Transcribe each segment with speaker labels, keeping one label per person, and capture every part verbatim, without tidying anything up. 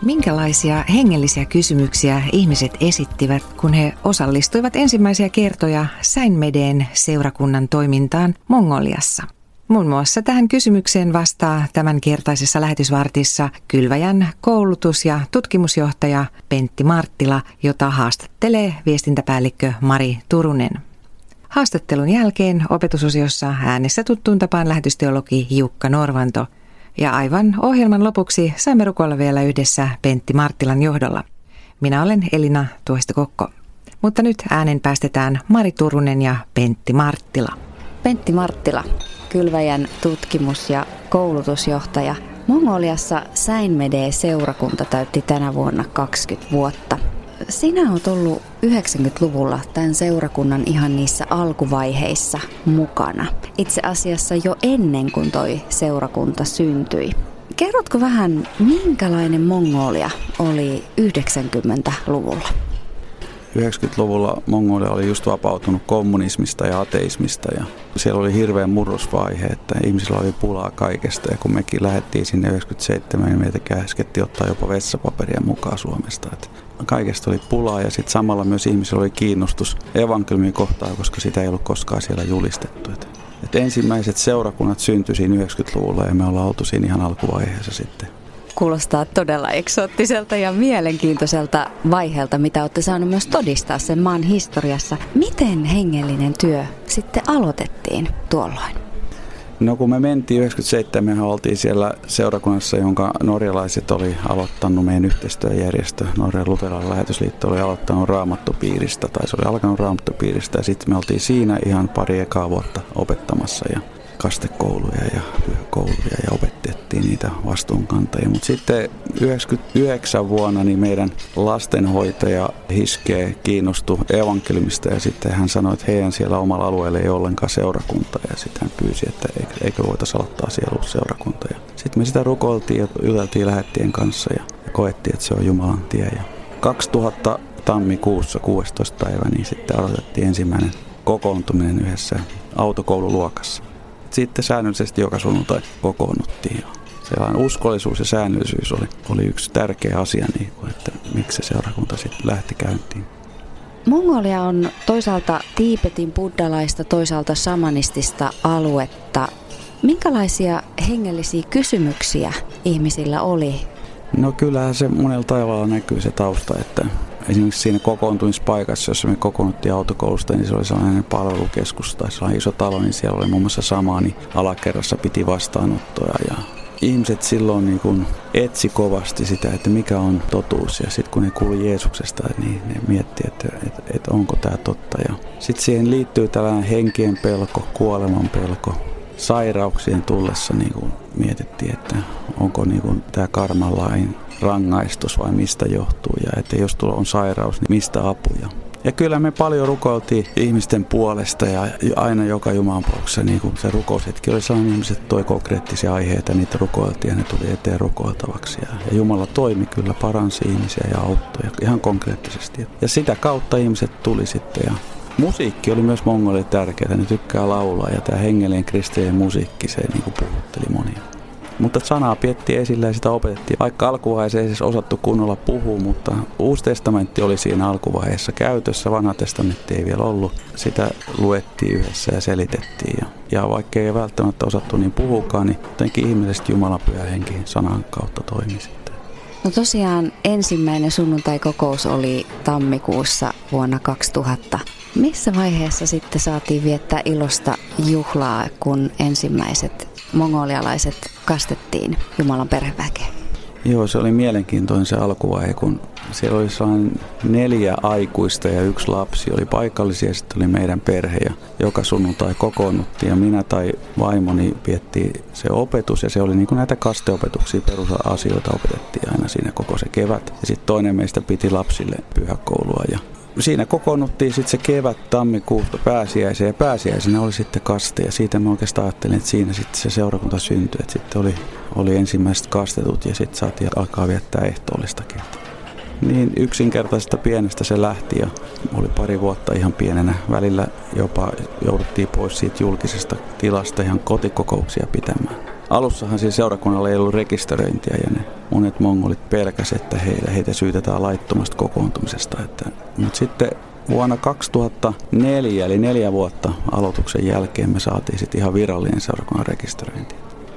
Speaker 1: Minkälaisia hengellisiä kysymyksiä ihmiset esittivät, kun he osallistuivat ensimmäisiä kertoja Säin-Medeen seurakunnan toimintaan Mongoliassa? Muun muassa tähän kysymykseen vastaa tämänkertaisessa lähetysvartissa Kylväjän koulutus- ja tutkimusjohtaja Pentti Marttila, jota haastattelee viestintäpäällikkö Mari Turunen. Haastattelun jälkeen opetusosiossa äänessä tuttuun tapaan lähetysteologi Jukka Norvanto. Ja aivan ohjelman lopuksi saamme rukoilla vielä yhdessä Pentti Marttilan johdolla. Minä olen Elina Tuohisto-Kokko. Mutta nyt äänen päästetään Mari Turunen ja Pentti Marttila.
Speaker 2: Pentti Marttila, Kylväjän tutkimus- ja koulutusjohtaja. Mongoliassa Säin-Mede-seurakunta täytti tänä vuonna kaksikymmentä vuotta. Sinä olet ollut yhdeksänkymmentäluvulla tämän seurakunnan ihan niissä alkuvaiheissa mukana. Itse asiassa jo ennen kuin toi seurakunta syntyi. Kerrotko vähän, minkälainen Mongolia oli yhdeksänkymmentäluvulla?
Speaker 3: yhdeksänkymmentäluvulla Mongolia oli just vapautunut kommunismista ja ateismista ja siellä oli hirveä murrosvaihe, että ihmisillä oli pulaa kaikesta ja kun mekin lähdettiin sinne yhdeksänkymmentäseitsemän, niin meitä käskettiin ottaa jopa vessapaperia mukaan Suomesta. Että kaikesta oli pulaa ja sitten samalla myös ihmisillä oli kiinnostus evankeliumin kohtaan, koska sitä ei ollut koskaan siellä julistettu. Että ensimmäiset seurakunnat syntyi siinä yhdeksänkymmentäluvulla ja me ollaan oltu siinä ihan alkuvaiheessa sitten.
Speaker 2: Kuulostaa todella eksoottiselta ja mielenkiintoiselta vaiheelta, mitä olette saaneet myös todistaa sen maan historiassa. Miten hengellinen työ sitten aloitettiin tuolloin?
Speaker 3: No kun me mentiin yhdeksänkymmentäseitsemän, me oltiin siellä seurakunnassa, jonka norjalaiset oli aloittanut, meidän yhteistyöjärjestö, Norjan luterilainen lähetysliitto oli aloittanut Raamattupiiristä, tai se oli alkanut Raamattupiiristä, ja sitten me oltiin siinä ihan pari ekaa vuotta opettamassa ja kastekouluja ja pyhäkouluja ja opetettiin niitä vastuunkantajia. Mutta sitten yhdeksänkymmentäyhdeksän vuonna niin meidän lastenhoitaja Hiske kiinnostui evankeliumista ja sitten hän sanoi, että heidän siellä omalla alueella ei ole ollenkaan seurakuntaa ja sitten hän pyysi, että eikö voitaisiin aloittaa siellä uusi seurakunta. Sitten me sitä rukoiltiin ja juteltiin lähettien kanssa ja koettiin, että se on Jumalan tie. Ja kaksituhatta tammikuussa kuudestoista päivä niin sitten aloitettiin ensimmäinen kokoontuminen yhdessä autokoululuokassa. Sitten säännöllisesti joka sunnuntai kokoonnuttiin. Sellainen uskollisuus ja säännöllisyys oli, oli yksi tärkeä asia, niin kuin, että miksi se seurakunta sitten lähti käyntiin.
Speaker 2: Mongolia on toisaalta Tiibetin buddhalaista, toisaalta shamanistista aluetta. Minkälaisia hengellisiä kysymyksiä ihmisillä oli?
Speaker 3: No kyllähän se monella tavalla näkyy se tausta, että esimerkiksi siinä kokoontumispaikassa, jossa me kokoonnuttiin autokoulusta, niin se oli sellainen palvelukeskus tai sellainen iso talo, niin siellä oli muun muassa samaani alakerrassa piti vastaanottoja ja ihmiset silloin niin kuin etsi kovasti sitä, että mikä on totuus ja sitten kun ne kuuli Jeesuksesta, niin ne miettii, että, että, että onko tämä totta ja sitten siihen liittyy tällainen henkien pelko, kuoleman pelko. Sairauksien tullessa niin kuin mietittiin, että onko niin kuin tämä karmalain rangaistus vai mistä johtuu ja että jos tulla on sairaus, niin mistä apuja. Ja kyllä me paljon rukoiltiin ihmisten puolesta ja aina joka jumalanpalveluksessa niin kuin se rukoushetki oli sellainen, ihmiset toi konkreettisia aiheita, niitä rukoiltiin ja ne tuli eteen rukoiltavaksi. Ja, ja Jumala toimi kyllä, paransi ihmisiä ja auttoi ihan konkreettisesti. Ja sitä kautta ihmiset tuli sitten ja musiikki oli myös mongolille tärkeää, ne tykkää laulaa ja tämä hengellinen kristillinen musiikki, se niin kuin puhutteli monia. Mutta sanaa piettiin esillä ja sitä opetettiin. Vaikka alkuvaiheessa ei siis osattu kunnolla puhua, mutta Uusi testamentti oli siinä alkuvaiheessa käytössä. Vanha testamentti ei vielä ollut. Sitä luettiin yhdessä ja selitettiin. Ja, ja vaikka ei välttämättä osattu niin puhukaan, niin jotenkin ihmeellisesti Jumalan pyhä henki sanan kautta toimi sitten.
Speaker 2: No tosiaan ensimmäinen sunnuntai-kokous oli tammikuussa vuonna kaksituhatta. Missä vaiheessa sitten saatiin viettää ilosta juhlaa, kun ensimmäiset mongolialaiset kastettiin Jumalan perheväkeen?
Speaker 3: Joo, se oli mielenkiintoinen se alkuvaihe, kun siellä oli sellainen neljä aikuista ja yksi lapsi oli paikallisia ja sitten oli meidän perhe ja joka sunnuntai kokoonnuttiin ja minä tai vaimoni piettiin se opetus ja se oli niin kuin näitä kasteopetuksia, perusasioita opetettiin aina siinä koko se kevät ja sitten toinen meistä piti lapsille pyhäkoulua ja siinä kokoonnuttiin sitten se kevät tammikuusta pääsiäiseen ja pääsiäisenä oli sitten kaste ja siitä mä oikeastaan ajattelin, että siinä sitten se seurakunta syntyi, että sitten oli, oli ensimmäiset kastetut ja sitten saatiin alkaa viettää ehtoollistakin. Niin yksinkertaisesta pienestä se lähti ja oli pari vuotta ihan pienenä. Välillä jopa jouduttiin pois siitä julkisesta tilasta ihan kotikokouksia pitämään. Alussahan siinä seurakunnalla ei ollut rekisteröintiä ja ne monet mongolit pelkäsivät, että heitä, heitä syytetään laittomasta kokoontumisesta. Että, mutta sitten vuonna kaksituhattaneljä, eli neljä vuotta aloituksen jälkeen, me saatiin sitten ihan virallinen seurakunnan rekisteröinti.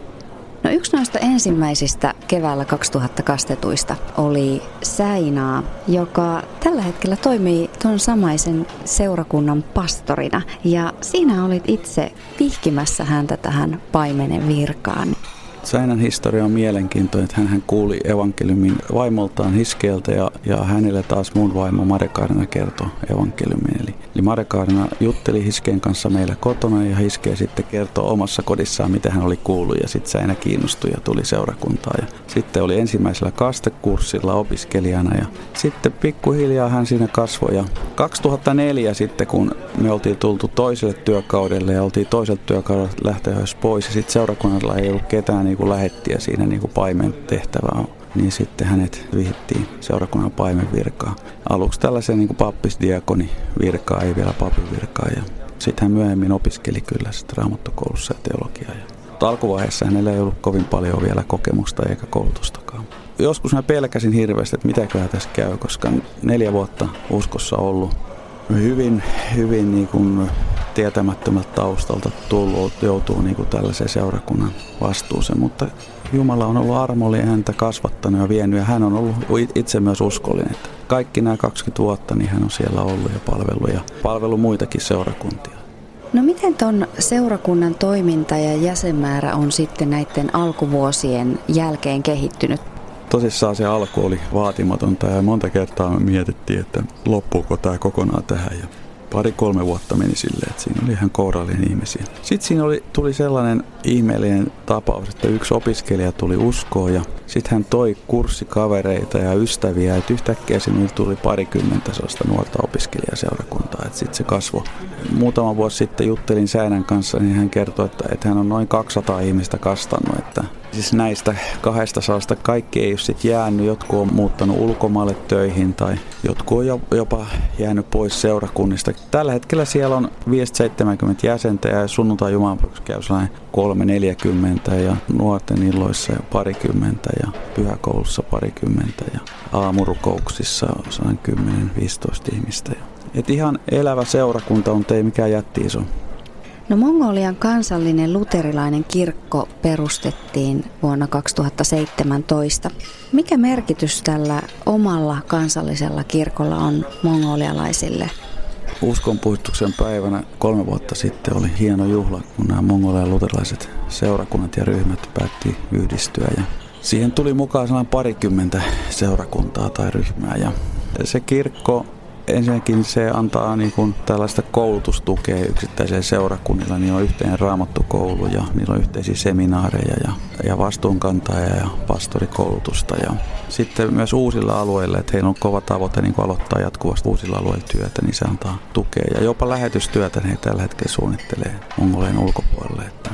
Speaker 2: No yksi noista ensimmäisistä keväällä kaksituhatta kastetuista oli Säinaa, joka tällä hetkellä toimii tuon samaisen seurakunnan pastorina. Ja siinä olit itse vihkimässä häntä tähän paimenen virkaan.
Speaker 3: Säinän historia on mielenkiintoinen, että hän kuuli evankeliumin vaimoltaan Hiskeeltä ja, ja hänelle taas mun vaimo Mare-Kaarina kertoi evankeliumin. Eli, eli Mare-Kaarina jutteli Hiskeen kanssa meillä kotona ja Hiske sitten kertoi omassa kodissaan, mitä hän oli kuullut ja sitten Säinä kiinnostui ja tuli seurakuntaan. Ja sitten oli ensimmäisellä kastekurssilla opiskelijana ja sitten pikkuhiljaa hän siinä kasvoi. Ja kaksituhattaneljä sitten, kun me oltiin tultu toiselle työkaudelle ja oltiin toiselta työkaudelta lähteössä pois ja sitten seurakunnalla ei ollut ketään niin kuin lähettiä siinä niin kuin paimen tehtävää, niin sitten hänet vihittiin seurakunnan paimen virkaan. Aluksi tällaisen niin kuin pappisdiakoni virkaa, ei vielä papin virkaa. Ja sitten hän myöhemmin opiskeli kyllä sitten raamattokoulussa ja teologiaa. Mutta alkuvaiheessa hänellä ei ollut kovin paljon vielä kokemusta eikä koulutustakaan. Joskus mä pelkäsin hirveästi, että mitäköhän tässä käy, koska neljä vuotta uskossa ollut. Hyvin, hyvin niin kuin tietämättömältä taustalta tullut, joutuu niin kuin tällaiseen seurakunnan vastuuseen, mutta Jumala on ollut armollinen, häntä kasvattanut ja vienyt ja hän on ollut itse myös uskollinen. Että kaikki nämä kaksikymmentä vuotta niin hän on siellä ollut ja palvellut ja palvellut muitakin seurakuntia.
Speaker 2: No miten ton seurakunnan toiminta ja jäsenmäärä on sitten näiden alkuvuosien jälkeen kehittynyt?
Speaker 3: Tosissaan se alku oli vaatimatonta ja monta kertaa me mietittiin, että loppuuko tämä kokonaan tähän. Ja pari-kolme vuotta meni silleen, että siinä oli ihan kourallinen ihmisiä. Sitten siinä oli, tuli sellainen ihmeellinen tapaus, että yksi opiskelija tuli uskoon ja sitten hän toi kurssikavereita ja ystäviä, että yhtäkkiä siinä tuli parikymmentä sellaista nuorta opiskelijaseurakuntaa, että sitten se kasvoi. Muutama vuosi sitten juttelin Säinän kanssa, niin hän kertoi, että, että hän on noin kaksisataa ihmistä kastannut, että siis näistä kahdesta saasta kaikki ei ole sitten jäänyt, jotkut on muuttanut ulkomaille töihin tai jotkut on jopa jäänyt pois seurakunnista. Tällä hetkellä siellä on viisi seitsemänkymmentä jäsentä ja sunnuntai jumalanpalveluksessa käy sellainen kolme neljäkymmentä ja nuorten illoissa parikymmentä ja pyhäkoulussa parikymmentä ja aamurukouksissa sellainen kymmenen viisitoista ihmistä. Et ihan elävä seurakunta on, ei mikään jätti iso.
Speaker 2: No Mongolian kansallinen luterilainen kirkko perustettiin vuonna kaksituhattaseitsemäntoista. Mikä merkitys tällä omalla kansallisella kirkolla on mongolialaisille?
Speaker 3: Uskonpuhdistuksen päivänä kolme vuotta sitten oli hieno juhla, kun nämä mongolian luterilaiset seurakunnat ja ryhmät päätti yhdistyä. Ja siihen tuli mukaan sellainen parikymmentä seurakuntaa tai ryhmää. Ja se kirkko ensinnäkin se antaa niin kuin tällaista koulutustukea yksittäisille seurakunnilla. Niillä on yhteinen raamattukoulu ja niillä on yhteisiä seminaareja ja, ja vastuunkantaja ja pastorikoulutusta. Ja sitten myös uusilla alueilla, että heillä on kova tavoite niin kuin aloittaa jatkuvasti uusilla alueilla työtä, niin se antaa tukea. Ja jopa lähetystyötä he tällä hetkellä suunnittelee Mongolian ulkopuolelle. Että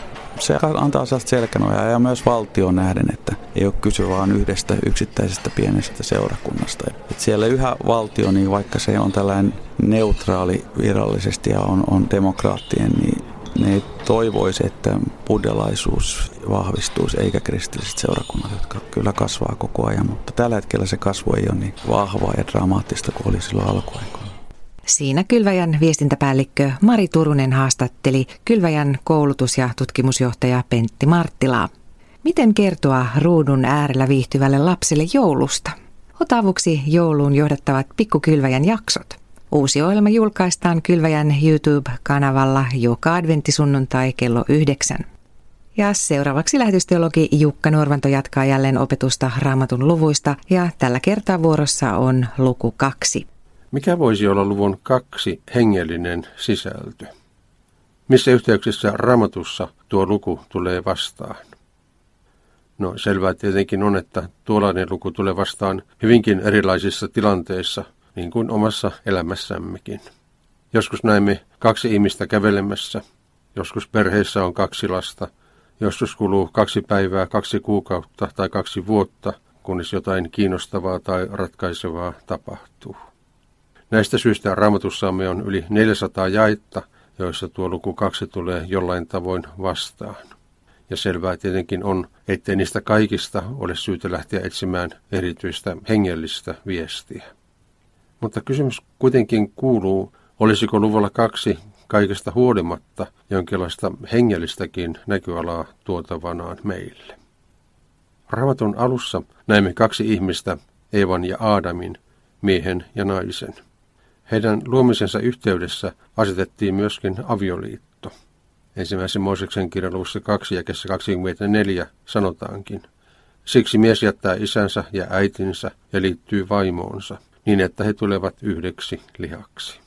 Speaker 3: se antaa sellaista selkänojaa ja myös valtioon nähden, että ei ole kyse vain yhdestä yksittäisestä pienestä seurakunnasta. Et siellä yhä valtio, niin vaikka se on tällainen neutraali virallisesti ja on, on demokraattinen, niin ne ei toivoisi, että buddhalaisuus vahvistuisi eikä kristilliset seurakunnat, jotka kyllä kasvaa koko ajan. Mutta tällä hetkellä se kasvu ei ole niin vahvaa ja dramaattista kuin oli silloin alkuaikoina.
Speaker 1: Siinä Kylväjän viestintäpäällikkö Mari Turunen haastatteli Kylväjän koulutus- ja tutkimusjohtaja Pentti Marttilaa. Miten kertoa ruudun äärellä viihtyvälle lapselle joulusta? Ota avuksi jouluun johdattavat Pikku Kylväjän jaksot. Uusi ohjelma julkaistaan Kylväjän YouTube-kanavalla joka adventtisunnuntai kello yhdeksän. Ja seuraavaksi lähetysteologi Jukka Norvanto jatkaa jälleen opetusta Raamatun luvuista ja tällä kertaa vuorossa on luku kaksi.
Speaker 4: Mikä voisi olla luvun kaksi hengellinen sisältö? Missä yhteyksissä Raamatussa tuo luku tulee vastaan? No selvää tietenkin on, että tuollainen luku tulee vastaan hyvinkin erilaisissa tilanteissa, niin kuin omassa elämässämmekin. Joskus näemme kaksi ihmistä kävelemässä, joskus perheessä on kaksi lasta, joskus kuluu kaksi päivää, kaksi kuukautta tai kaksi vuotta, kunnes jotain kiinnostavaa tai ratkaisevaa tapahtuu. Näistä syistä Raamatussamme on yli neljäsataa jaetta, joissa tuo luku kaksi tulee jollain tavoin vastaan. ja selvää tietenkin on, ettei niistä kaikista ole syytä lähteä etsimään erityistä hengellistä viestiä. Mutta kysymys kuitenkin kuuluu, olisiko luvulla kaksi kaikesta huolimatta jonkinlaista hengellistäkin näköalaa tuotavanaan meille. Raamatun alussa näemme kaksi ihmistä, Eevan ja Aadamin, miehen ja naisen. Heidän luomisensa yhteydessä asetettiin myöskin avioliitto. Ensimmäisen Mooseksen kirjan luvussa kaksi jakeessa kaksikymmentäneljä sanotaankin: siksi mies jättää isänsä ja äitinsä ja liittyy vaimoonsa, niin että he tulevat yhdeksi lihaksi.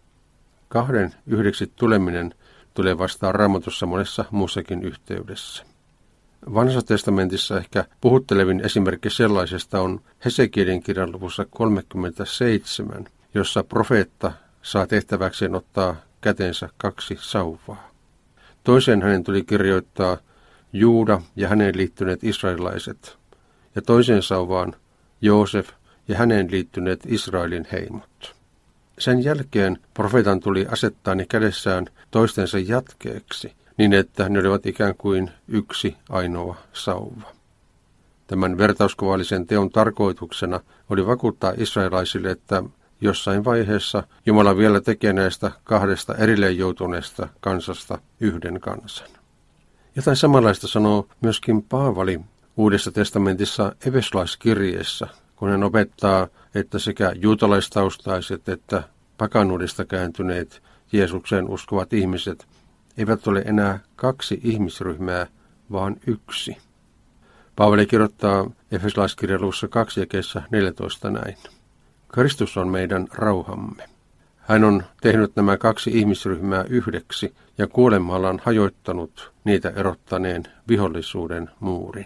Speaker 4: Kahden yhdeksi tuleminen tulee vastaan Raamatussa monessa muussakin yhteydessä. Vanhassa testamentissa ehkä puhuttelevin esimerkki sellaisesta on Hesekielin kirjan luvussa kolmekymmentäseitsemän, jossa profeetta saa tehtäväkseen ottaa kätensä kaksi sauvaa. Toisen hänen tuli kirjoittaa Juuda ja häneen liittyneet israelilaiset, ja toisen sauvaan Joosef ja häneen liittyneet Israelin heimot. Sen jälkeen profeetan tuli asettaa ne kädessään toistensa jatkeeksi, niin että ne olivat ikään kuin yksi ainoa sauva. Tämän vertauskuvallisen teon tarkoituksena oli vakuuttaa israelaisille, että jossain vaiheessa Jumala vielä tekee näistä kahdesta erilleen joutuneesta kansasta yhden kansan. Jotain samanlaista sanoo myöskin Paavali Uudessa testamentissa Efesolaiskirjeessä, kun hän opettaa, että sekä juutalaistaustaiset että pakanuudesta kääntyneet Jeesukseen uskovat ihmiset eivät ole enää kaksi ihmisryhmää, vaan yksi. Paavali kirjoittaa Efesolaiskirjan luvussa kaksi jakeessa neljätoista näin: Kristus on meidän rauhamme. Hän on tehnyt nämä kaksi ihmisryhmää yhdeksi ja kuolemallaan hajoittanut niitä erottaneen vihollisuuden muurin.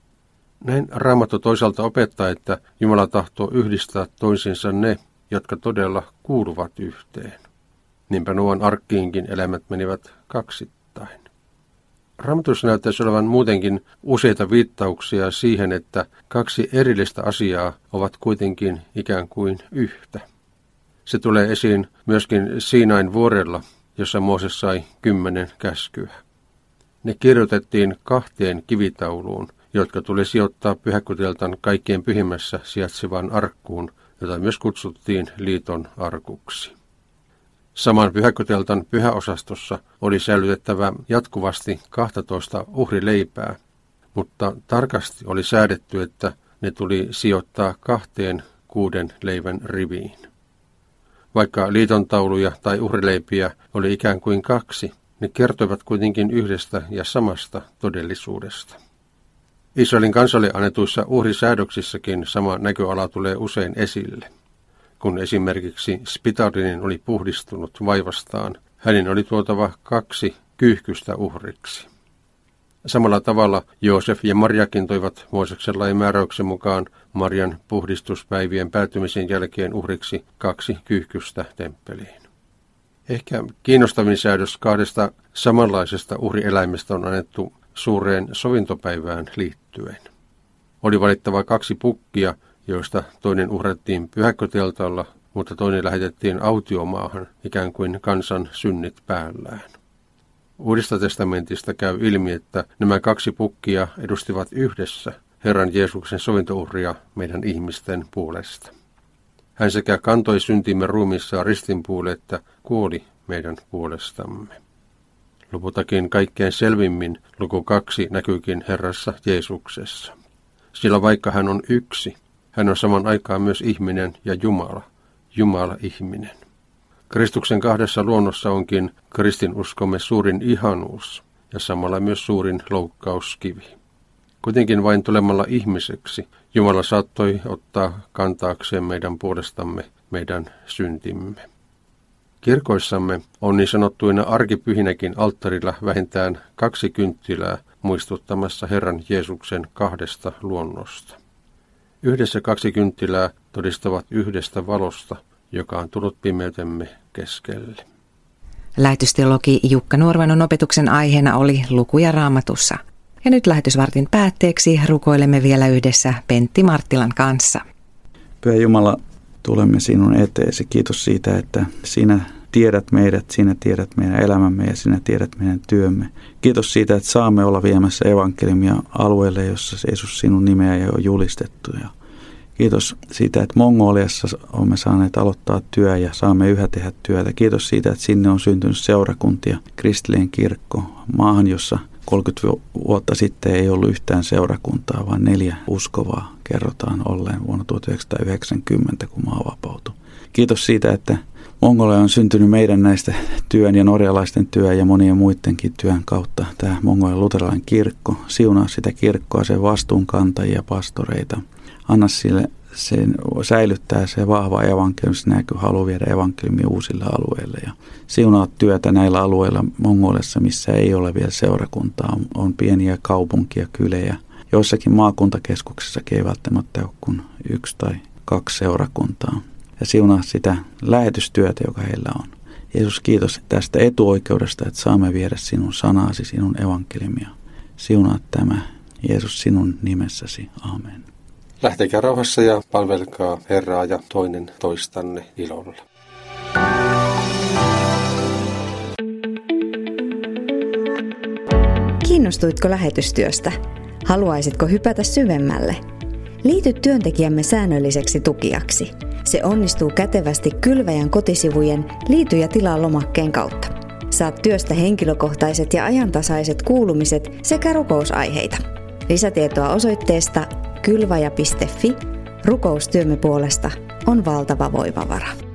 Speaker 4: Näin Raamattu toisaalta opettaa, että Jumala tahtoo yhdistää toisiinsa ne, jotka todella kuuluvat yhteen. Niinpä Noan arkkiinkin elämät menivät kaksittain. Raamatussa näyttäisi olevan muutenkin useita viittauksia siihen, että kaksi erillistä asiaa ovat kuitenkin ikään kuin yhtä. Se tulee esiin myöskin Siinain vuorella, jossa Mooses sai kymmenen käskyä. Ne kirjoitettiin kahteen kivitauluun, jotka tuli sijoittaa pyhäkotieltan kaikkein pyhimmässä sijaitsevaan arkkuun, jota myös kutsuttiin liiton arkuksi. Saman pyhäkotieltan pyhäosastossa oli säilytettävä jatkuvasti kaksitoista uhrileipää, mutta tarkasti oli säädetty, että ne tuli sijoittaa kahteen kuuden leivän riviin. Vaikka liitontauluja tai uhrileipiä oli ikään kuin kaksi, ne kertoivat kuitenkin yhdestä ja samasta todellisuudesta. Israelin kansalle annetuissa uhrisäädöksissäkin sama näköala tulee usein esille. Kun esimerkiksi Spitarinin oli puhdistunut vaivastaan, hänen oli tuotava kaksi kyyhkystä uhriksi. Samalla tavalla Joosef ja Marjakin toivat Mooseksen lain määräyksen mukaan Marjan puhdistuspäivien päättymisen jälkeen uhriksi kaksi kyyhkystä temppeliin. Ehkä kiinnostavin säädös kahdesta samanlaisesta uhrieläimestä on annettu suureen sovintopäivään liittyen. Oli valittava kaksi pukkia, joista toinen uhrattiin pyhäkotieltalla, mutta toinen lähetettiin autiomaahan ikään kuin kansan synnit päällään. Uudesta testamentista käy ilmi, että nämä kaksi pukkia edustivat yhdessä Herran Jeesuksen sovintouhria meidän ihmisten puolesta. Hän sekä kantoi syntimme ruumiissaan ristinpuulle että kuoli meidän puolestamme. Lopultakin kaikkein selvimmin luku kaksi näkyykin Herrassa Jeesuksessa. Sillä vaikka hän on yksi, hän on saman aikaan myös ihminen ja Jumala, Jumala-ihminen. Kristuksen kahdessa luonnossa onkin kristinuskomme suurin ihanuus ja samalla myös suurin loukkauskivi. Kuitenkin vain tulemalla ihmiseksi Jumala saattoi ottaa kantaakseen meidän puolestamme meidän syntimme. Kirkoissamme on niin sanottuina arkipyhinäkin alttarilla vähintään kaksi kynttilää muistuttamassa Herran Jeesuksen kahdesta luonnosta. Yhdessä kaksi kynttilää todistavat yhdestä valosta, joka on tullut pimeytemme keskelle.
Speaker 1: Lähetysteologi Jukka Nuorvanon opetuksen aiheena oli lukuja Raamatussa. Ja nyt lähetysvartin päätteeksi rukoilemme vielä yhdessä Pentti Marttilan kanssa.
Speaker 3: Pyhä Jumala, tulemme sinun eteesi. Kiitos siitä, että sinä tiedät meidät, sinä tiedät meidän elämämme ja sinä tiedät meidän työmme. Kiitos siitä, että saamme olla viemässä evankeliumia alueelle, jossa Jeesus sinun nimeä ei ole julistettu. Ja kiitos siitä, että Mongoliassa olemme saaneet aloittaa työ ja saamme yhä tehdä työtä. Kiitos siitä, että sinne on syntynyt seurakuntia, kristillinen kirkko, maahan, jossa kolmekymmentä vuotta sitten ei ollut yhtään seurakuntaa, vaan neljä uskovaa kerrotaan olleen vuonna tuhatyhdeksänsataayhdeksänkymmentä, kun maa vapautui. Kiitos siitä, että Mongolia on syntynyt meidän näistä työn ja norjalaisten työn ja monien muidenkin työn kautta. Tämä Mongolian luterilainen kirkko, siunaa sitä kirkkoa, sen vastuunkantajia, pastoreita. Anna sille sen, säilyttää se vahva evankeliumi, näkö haluaa viedä evankeliumia uusille alueille. Ja siunaa työtä näillä alueilla Mongoliassa, missä ei ole vielä seurakuntaa. On pieniä kaupunkia, kylejä. Joissakin maakuntakeskuksissakin ei välttämättä ole kuin yksi tai kaksi seurakuntaa. Ja siunaa sitä lähetystyötä, joka heillä on. Jeesus, kiitos tästä etuoikeudesta, että saamme viedä sinun sanasi, sinun evankeliumia. Siunaa tämä, Jeesus, sinun nimessäsi. Aamen.
Speaker 4: Lähtekää rauhassa ja palvelkaa Herraa ja toinen toistanne ilolla.
Speaker 2: Kiinnostuitko lähetystyöstä? Haluaisitko hypätä syvemmälle? Liity työntekijämme säännölliseksi tukijaksi. Se onnistuu kätevästi Kylväjän kotisivujen Liity ja tilaa -lomakkeen kautta. Saat työstä henkilökohtaiset ja ajantasaiset kuulumiset sekä rukousaiheita. Lisätietoa osoitteesta kylvaja piste fi. Rukoustyömme puolesta on valtava voimavara.